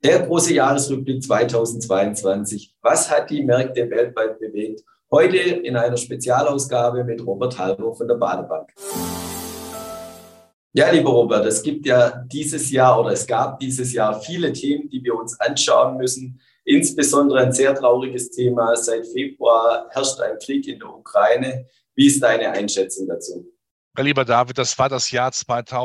Der große Jahresrückblick 2022. Was hat die Märkte weltweit bewegt? Heute in einer Spezialausgabe mit Robert Halber von der Baader Bank. Ja, lieber Robert, es gab dieses Jahr viele Themen, die wir uns anschauen müssen. Insbesondere ein sehr trauriges Thema. Seit Februar herrscht ein Krieg in der Ukraine. Wie ist deine Einschätzung dazu? Ja, lieber David, das war das Jahr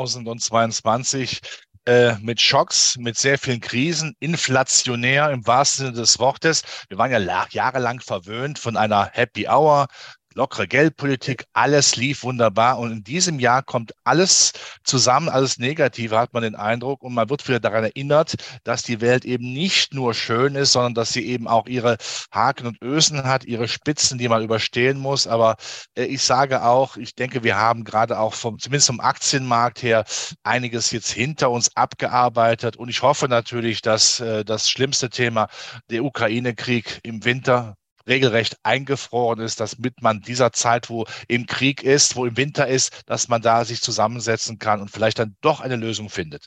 2022 mit Schocks, mit sehr vielen Krisen, inflationär im wahrsten Sinne des Wortes. Wir waren ja jahrelang verwöhnt von einer Happy Hour, lockere Geldpolitik, alles lief wunderbar. Und in diesem Jahr kommt alles zusammen, alles Negative, hat man den Eindruck. Und man wird wieder daran erinnert, dass die Welt eben nicht nur schön ist, sondern dass sie eben auch ihre Haken und Ösen hat, ihre Spitzen, die man überstehen muss. Aber ich sage auch, ich denke, wir haben gerade auch zumindest vom Aktienmarkt her einiges jetzt hinter uns abgearbeitet. Und ich hoffe natürlich, dass das schlimmste Thema, der Ukraine-Krieg im Winter, regelrecht eingefroren ist, damit man dieser Zeit, wo im Krieg ist, wo im Winter ist, dass man da sich zusammensetzen kann und vielleicht dann doch eine Lösung findet.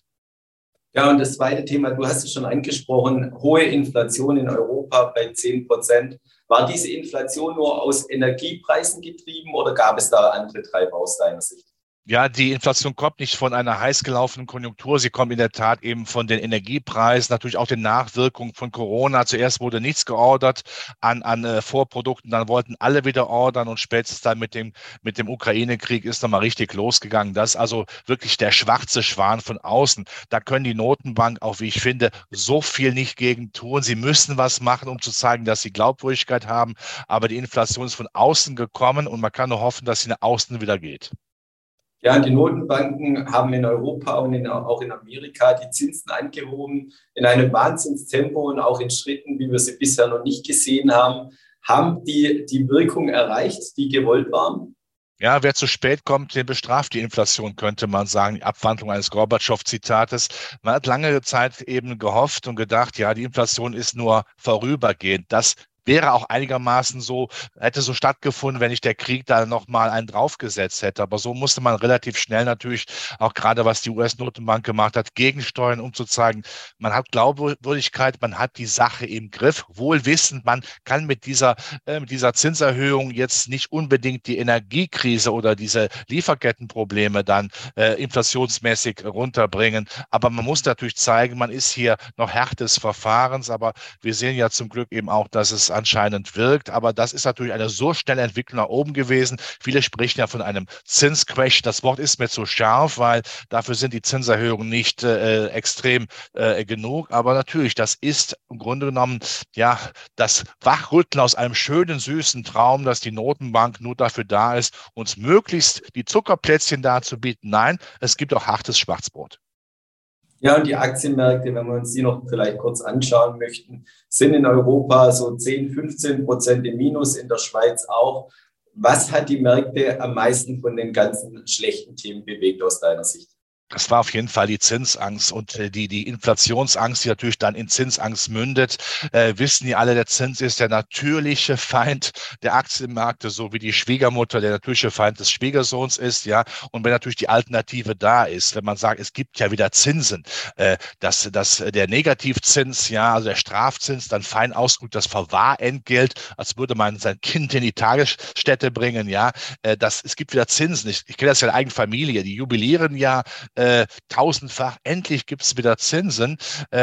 Ja, und das zweite Thema, du hast es schon angesprochen, hohe Inflation in Europa bei 10%. War diese Inflation nur aus Energiepreisen getrieben oder gab es da andere Treiber aus deiner Sicht? Ja, die Inflation kommt nicht von einer heiß gelaufenen Konjunktur. Sie kommt in der Tat eben von den Energiepreisen, natürlich auch den Nachwirkungen von Corona. Zuerst wurde nichts geordert an Vorprodukten, dann wollten alle wieder ordern und spätestens dann mit dem Ukraine-Krieg ist nochmal richtig losgegangen. Das ist also wirklich der schwarze Schwan von außen. Da können die Notenbank auch, wie ich finde, so viel nicht gegen tun. Sie müssen was machen, um zu zeigen, dass sie Glaubwürdigkeit haben. Aber die Inflation ist von außen gekommen und man kann nur hoffen, dass sie nach außen wieder geht. Ja, die Notenbanken haben in Europa und auch in Amerika die Zinsen angehoben in einem Wahnsinnstempo und auch in Schritten, wie wir sie bisher noch nicht gesehen haben. Haben die Wirkung erreicht, die gewollt waren? Ja, wer zu spät kommt, den bestraft die Inflation, könnte man sagen. Die Abwandlung eines Gorbatschow-Zitates. Man hat lange Zeit eben gehofft und gedacht, ja, die Inflation ist nur vorübergehend. Das wäre auch einigermaßen so, hätte so stattgefunden, wenn nicht der Krieg da nochmal einen draufgesetzt hätte. Aber so musste man relativ schnell natürlich, auch gerade was die US-Notenbank gemacht hat, gegensteuern, um zu zeigen, man hat Glaubwürdigkeit, man hat die Sache im Griff. Wohl wissend, man kann mit dieser Zinserhöhung jetzt nicht unbedingt die Energiekrise oder diese Lieferkettenprobleme dann inflationsmäßig runterbringen. Aber man muss natürlich zeigen, man ist hier noch Herr des Verfahrens. Aber wir sehen ja zum Glück eben auch, dass es anscheinend wirkt, aber das ist natürlich eine so schnelle Entwicklung nach oben gewesen. Viele sprechen ja von einem Zinscrash. Das Wort ist mir zu scharf, weil dafür sind die Zinserhöhungen nicht extrem genug. Aber natürlich, das ist im Grunde genommen ja das Wachrütteln aus einem schönen, süßen Traum, dass die Notenbank nur dafür da ist, uns möglichst die Zuckerplätzchen darzubieten. Nein, es gibt auch hartes Schwarzbrot. Ja, und die Aktienmärkte, wenn wir uns die noch vielleicht kurz anschauen möchten, sind in Europa so 10-15% im Minus, in der Schweiz auch. Was hat die Märkte am meisten von den ganzen schlechten Themen bewegt aus deiner Sicht? Das war auf jeden Fall die Zinsangst und die Inflationsangst, die natürlich dann in Zinsangst mündet. Wissen die alle, der Zins ist der natürliche Feind der Aktienmärkte, so wie die Schwiegermutter der natürliche Feind des Schwiegersohns ist. Ja, und wenn natürlich die Alternative da ist, wenn man sagt, es gibt ja wieder Zinsen, dass der Negativzins, ja, also der Strafzins, dann fein ausgedrückt das Verwahrentgelt, als würde man sein Kind in die Tagesstätte bringen. Ja, es gibt wieder Zinsen. Ich kenne das ja in der eigenen Familie, die jubilieren ja tausendfach, endlich gibt es wieder Zinsen.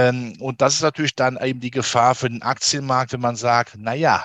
Und das ist natürlich dann eben die Gefahr für den Aktienmarkt, wenn man sagt, naja,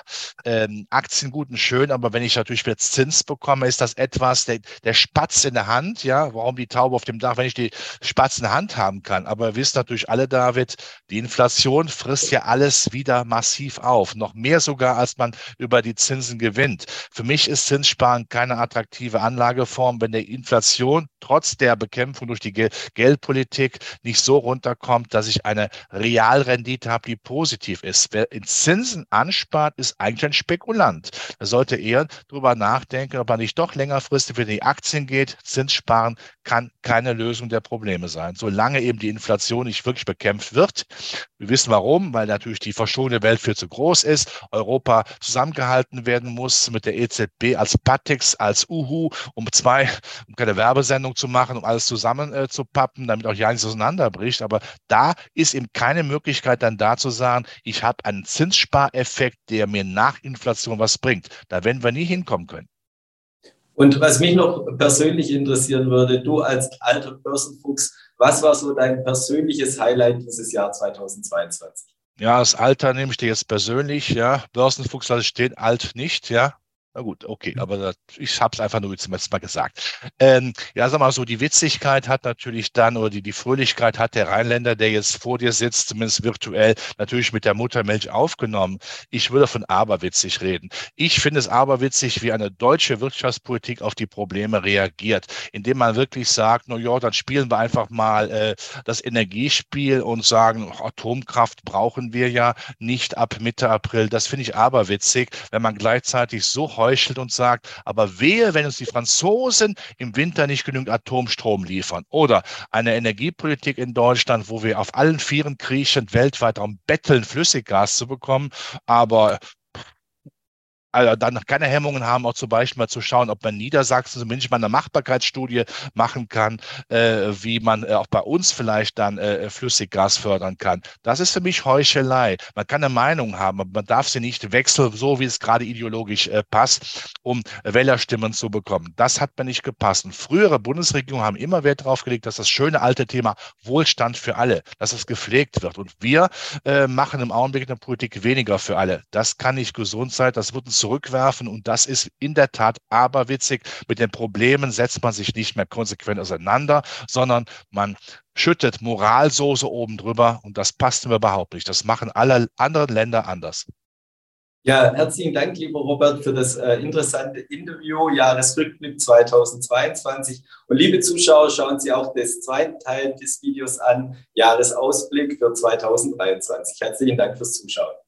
Aktien gut und schön, aber wenn ich natürlich wieder Zins bekomme, ist das etwas, der Spatz in der Hand, ja, warum die Taube auf dem Dach, wenn ich die Spatz in der Hand haben kann. Aber wir wissen natürlich alle, David, die Inflation frisst ja alles wieder massiv auf, noch mehr sogar, als man über die Zinsen gewinnt. Für mich ist Zinssparen keine attraktive Anlageform, wenn der Inflation trotz der Bekämpfung durch die Geldpolitik nicht so runterkommt, dass ich eine Realrendite habe, die positiv ist. Wer in Zinsen anspart, ist eigentlich ein Spekulant. Er sollte eher darüber nachdenken, ob er nicht doch längerfristig in die Aktien geht. Zinssparen kann keine Lösung der Probleme sein. Solange eben die Inflation nicht wirklich bekämpft wird. Wir wissen warum, weil natürlich die verschonene Welt viel zu groß ist. Europa zusammengehalten werden muss mit der EZB als Patex, als Uhu, um keine Werbesendung zu machen, um alles zusammenzupappen, damit auch ja nichts auseinanderbricht. Aber da ist eben keine Möglichkeit dann da zu sagen, ich habe einen Zinsspareffekt, der mir nach Inflation was bringt. Da werden wir nie hinkommen können. Und was mich noch persönlich interessieren würde, du als alter Börsenfuchs, was war so dein persönliches Highlight dieses Jahr 2022? Ja, das Alter nehme ich dir jetzt persönlich, ja. Börsenfuchs lasse ich stehen, alt nicht, ja. Na gut, okay, aber ich habe es einfach nur jetzt mal gesagt. Ja, sag mal so, die Witzigkeit hat natürlich dann, oder die Fröhlichkeit hat der Rheinländer, der jetzt vor dir sitzt, zumindest virtuell, natürlich mit der Muttermilch aufgenommen. Ich würde von aberwitzig reden. Ich finde es aberwitzig, wie eine deutsche Wirtschaftspolitik auf die Probleme reagiert, indem man wirklich sagt, na ja, dann spielen wir einfach mal das Energiespiel und sagen, Atomkraft brauchen wir ja nicht ab Mitte April. Das finde ich aberwitzig, wenn man gleichzeitig so heuchelt und sagt, aber wehe, wenn uns die Franzosen im Winter nicht genügend Atomstrom liefern. Oder eine Energiepolitik in Deutschland, wo wir auf allen Vieren kriechend weltweit darum betteln, Flüssiggas zu bekommen, aber also dann keine Hemmungen haben, auch zum Beispiel mal zu schauen, ob man in Niedersachsen zumindest mal eine Machbarkeitsstudie machen kann, wie man auch bei uns vielleicht dann Flüssiggas fördern kann. Das ist für mich Heuchelei. Man kann eine Meinung haben, aber man darf sie nicht wechseln, so wie es gerade ideologisch passt, um Wählerstimmen zu bekommen. Das hat mir nicht gepasst. Und frühere Bundesregierungen haben immer Wert darauf gelegt, dass das schöne alte Thema Wohlstand für alle, dass es gepflegt wird. Und wir machen im Augenblick eine Politik weniger für alle. Das kann nicht gesund sein. Das wird uns zurückwerfen und das ist in der Tat aberwitzig. Mit den Problemen setzt man sich nicht mehr konsequent auseinander, sondern man schüttet Moralsoße oben drüber und das passt mir überhaupt nicht. Das machen alle anderen Länder anders. Ja, herzlichen Dank, lieber Robert, für das interessante Interview, Jahresrückblick 2022. Und liebe Zuschauer, schauen Sie auch den zweiten Teil des Videos an, Jahresausblick für 2023. Herzlichen Dank fürs Zuschauen.